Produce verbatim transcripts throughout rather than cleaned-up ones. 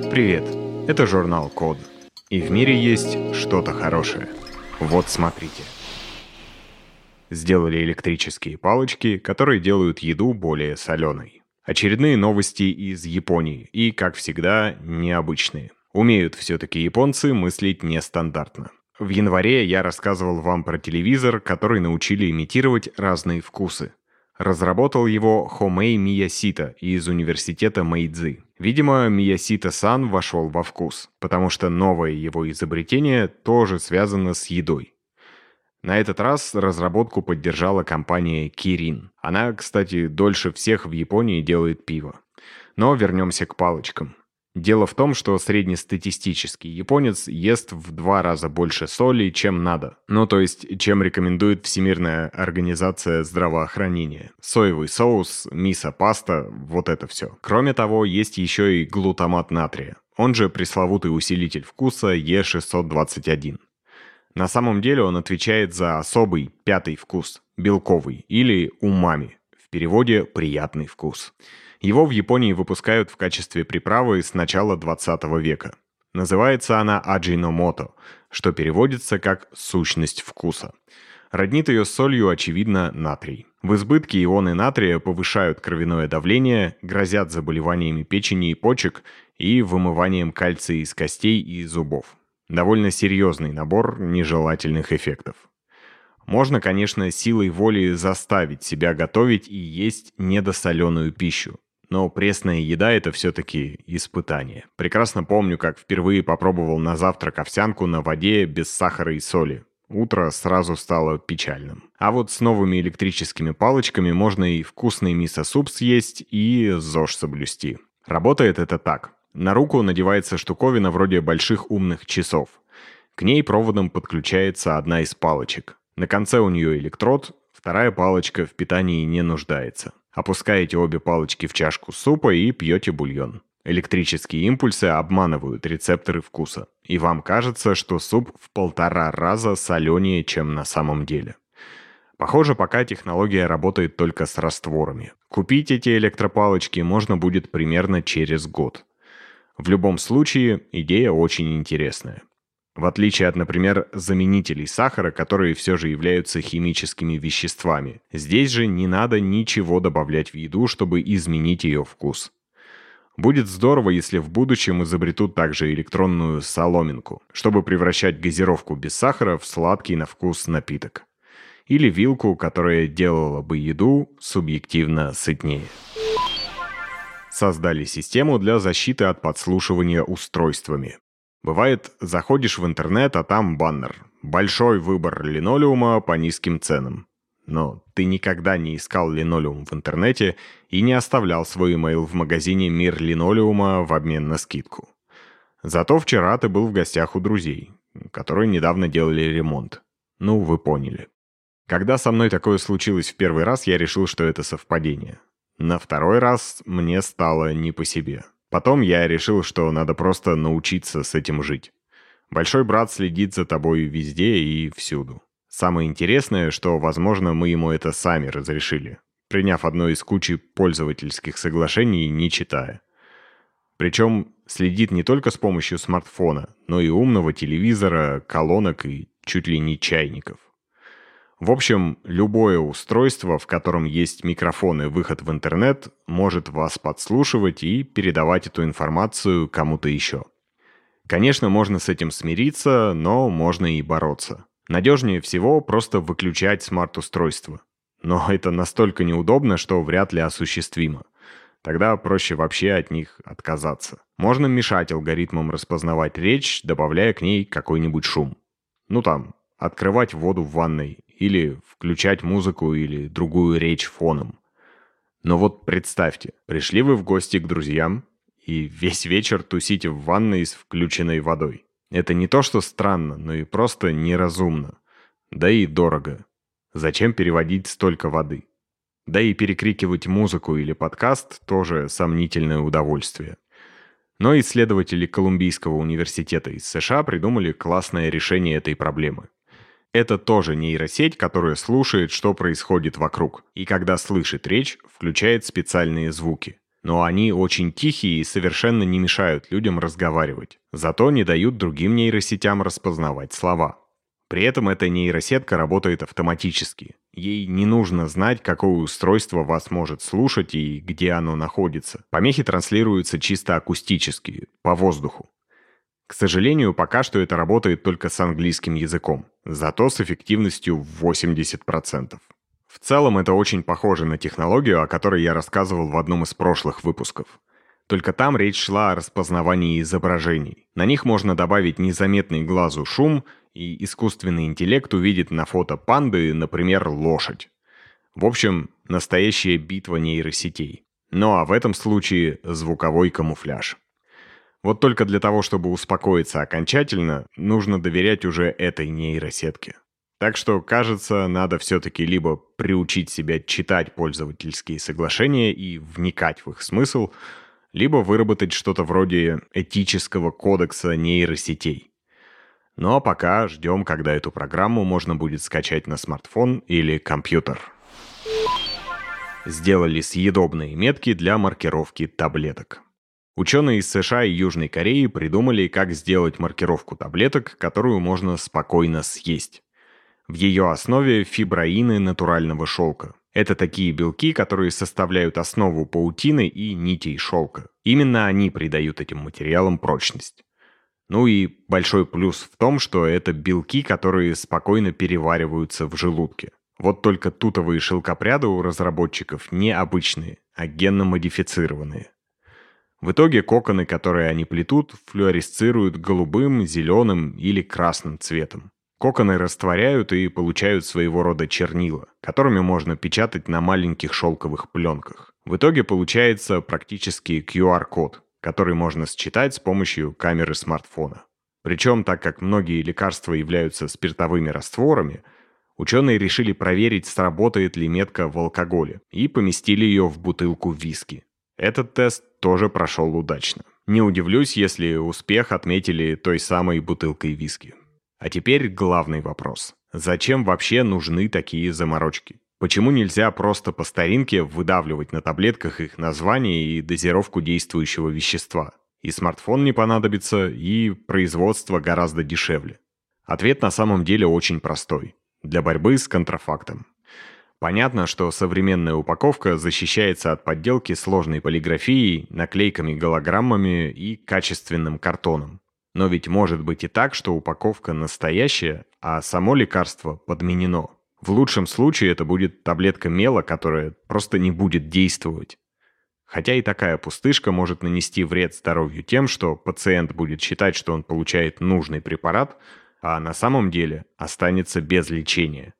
Привет, это журнал Код. И в мире есть что-то хорошее. Вот смотрите. Сделали электрические палочки, которые делают еду более соленой. Очередные новости из Японии и, как всегда, необычные. Умеют все-таки японцы мыслить нестандартно. В январе я рассказывал вам про телевизор, который научили имитировать разные вкусы. Разработал его Хомей Миясита из университета Мэйдзи. Видимо, Миясита-сан вошел во вкус, потому что новое его изобретение тоже связано с едой. На этот раз разработку поддержала компания Kirin. Она, кстати, дольше всех в Японии делает пиво. Но вернемся к палочкам. Дело в том, что среднестатистический японец ест в два раза больше соли, чем надо. Ну, то есть, чем рекомендует Всемирная организация здравоохранения. Соевый соус, мисо-паста, вот это все. Кроме того, есть еще и глутамат натрия. Он же пресловутый усилитель вкуса Е шестьсот двадцать один. На самом деле он отвечает за особый пятый вкус, белковый, или умами. В переводе «приятный вкус». Его в Японии выпускают в качестве приправы с начала двадцатого века. Называется она аджиномото, что переводится как «сущность вкуса». Роднит ее с солью, очевидно, натрий. В избытке ионы натрия повышают кровяное давление, грозят заболеваниями печени и почек и вымыванием кальция из костей и зубов. Довольно серьезный набор нежелательных эффектов. Можно, конечно, силой воли заставить себя готовить и есть недосоленую пищу. Но пресная еда – это все-таки испытание. Прекрасно помню, как впервые попробовал на завтрак овсянку на воде без сахара и соли. Утро сразу стало печальным. А вот с новыми электрическими палочками можно и вкусный мисо-суп съесть, и ЗОЖ соблюсти. Работает это так. На руку надевается штуковина вроде больших умных часов. К ней проводом подключается одна из палочек. На конце у нее электрод, вторая палочка в питании не нуждается. Опускаете обе палочки в чашку супа и пьете бульон. Электрические импульсы обманывают рецепторы вкуса. И вам кажется, что суп в полтора раза соленее, чем на самом деле. Похоже, пока технология работает только с растворами. Купить эти электропалочки можно будет примерно через год. В любом случае, идея очень интересная. В отличие от, например, заменителей сахара, которые все же являются химическими веществами, здесь же не надо ничего добавлять в еду, чтобы изменить ее вкус. Будет здорово, если в будущем изобретут также электронную соломинку, чтобы превращать газировку без сахара в сладкий на вкус напиток. Или вилку, которая делала бы еду субъективно сытнее. Создали систему для защиты от подслушивания устройствами. Бывает, заходишь в интернет, а там баннер. Большой выбор линолеума по низким ценам. Но ты никогда не искал линолеум в интернете и не оставлял свой имейл в магазине «Мир линолеума» в обмен на скидку. Зато вчера ты был в гостях у друзей, которые недавно делали ремонт. Ну, вы поняли. Когда со мной такое случилось в первый раз, я решил, что это совпадение. На второй раз мне стало не по себе. Потом я решил, что надо просто научиться с этим жить. Большой брат следит за тобой везде и всюду. Самое интересное, что, возможно, мы ему это сами разрешили, приняв одно из кучи пользовательских соглашений, не читая. Причем следит не только с помощью смартфона, но и умного телевизора, колонок и чуть ли не чайников. В общем, любое устройство, в котором есть микрофон и выход в интернет, может вас подслушивать и передавать эту информацию кому-то еще. Конечно, можно с этим смириться, но можно и бороться. Надежнее всего просто выключать смарт-устройство. Но это настолько неудобно, что вряд ли осуществимо. Тогда проще вообще от них отказаться. Можно мешать алгоритмам распознавать речь, добавляя к ней какой-нибудь шум. Ну там, открывать воду в ванной. Или включать музыку или другую речь фоном. Но вот представьте, пришли вы в гости к друзьям и весь вечер тусите в ванной с включенной водой. Это не то что странно, но и просто неразумно. Да и дорого. Зачем переводить столько воды? Да и перекрикивать музыку или подкаст тоже сомнительное удовольствие. Но исследователи Колумбийского университета из США придумали классное решение этой проблемы. Это тоже нейросеть, которая слушает, что происходит вокруг, и когда слышит речь, включает специальные звуки. Но они очень тихие и совершенно не мешают людям разговаривать. Зато не дают другим нейросетям распознавать слова. При этом эта нейросетка работает автоматически. Ей не нужно знать, какое устройство вас может слушать и где оно находится. Помехи транслируются чисто акустически, по воздуху. К сожалению, пока что это работает только с английским языком, зато с эффективностью в восемьдесят процентов. В целом это очень похоже на технологию, о которой я рассказывал в одном из прошлых выпусков. Только там речь шла о распознавании изображений. На них можно добавить незаметный глазу шум, и искусственный интеллект увидит на фото панды, например, лошадь. В общем, настоящая битва нейросетей. Ну а в этом случае звуковой камуфляж. Вот только для того, чтобы успокоиться окончательно, нужно доверять уже этой нейросетке. Так что, кажется, надо все-таки либо приучить себя читать пользовательские соглашения и вникать в их смысл, либо выработать что-то вроде этического кодекса нейросетей. Ну а пока ждем, когда эту программу можно будет скачать на смартфон или компьютер. Сделали съедобные метки для маркировки таблеток. Ученые из США и Южной Кореи придумали, как сделать маркировку таблеток, которую можно спокойно съесть. В ее основе фиброины натурального шелка. Это такие белки, которые составляют основу паутины и нитей шелка. Именно они придают этим материалам прочность. Ну и большой плюс в том, что это белки, которые спокойно перевариваются в желудке. Вот только тутовые шелкопряды у разработчиков не обычные, а генно-модифицированные. В итоге коконы, которые они плетут, флуоресцируют голубым, зеленым или красным цветом. Коконы растворяют и получают своего рода чернила, которыми можно печатать на маленьких шелковых пленках. В итоге получается практически ку ар-код, который можно считать с помощью камеры смартфона. Причем, так как многие лекарства являются спиртовыми растворами, ученые решили проверить, сработает ли метка в алкоголе, и поместили ее в бутылку виски. Этот тест тоже прошел удачно. Не удивлюсь, если успех отметили той самой бутылкой виски. А теперь главный вопрос. Зачем вообще нужны такие заморочки? Почему нельзя просто по старинке выдавливать на таблетках их название и дозировку действующего вещества? И смартфон не понадобится, и производство гораздо дешевле. Ответ на самом деле очень простой. Для борьбы с контрафактом. Понятно, что современная упаковка защищается от подделки сложной полиграфией, наклейками-голограммами и качественным картоном. Но ведь может быть и так, что упаковка настоящая, а само лекарство подменено. В лучшем случае это будет таблетка мела, которая просто не будет действовать. Хотя и такая пустышка может нанести вред здоровью тем, что пациент будет считать, что он получает нужный препарат, а на самом деле останется без лечения.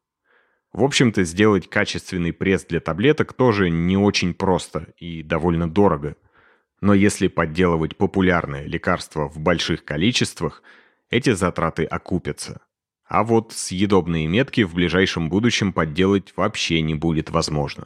В общем-то, сделать качественный пресс для таблеток тоже не очень просто и довольно дорого. Но если подделывать популярное лекарство в больших количествах, эти затраты окупятся. А вот съедобные метки в ближайшем будущем подделать вообще не будет возможно.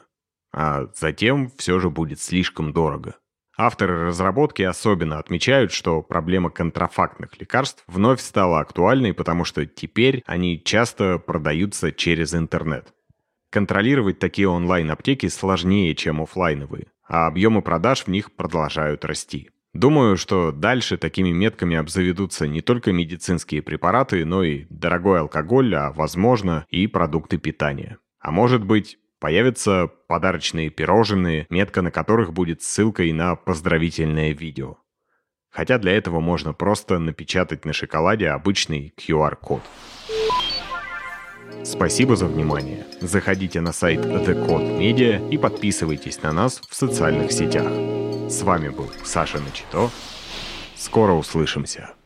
А затем все же будет слишком дорого. Авторы разработки особенно отмечают, что проблема контрафактных лекарств вновь стала актуальной, потому что теперь они часто продаются через интернет. Контролировать такие онлайн-аптеки сложнее, чем офлайновые, а объемы продаж в них продолжают расти. Думаю, что дальше такими метками обзаведутся не только медицинские препараты, но и дорогой алкоголь, а, возможно, и продукты питания. А может быть, появятся подарочные пирожные, метка на которых будет ссылкой на поздравительное видео. Хотя для этого можно просто напечатать на шоколаде обычный ку ар-код. Спасибо за внимание. Заходите на сайт The Code Media и подписывайтесь на нас в социальных сетях. С вами был Саша Начито. Скоро услышимся.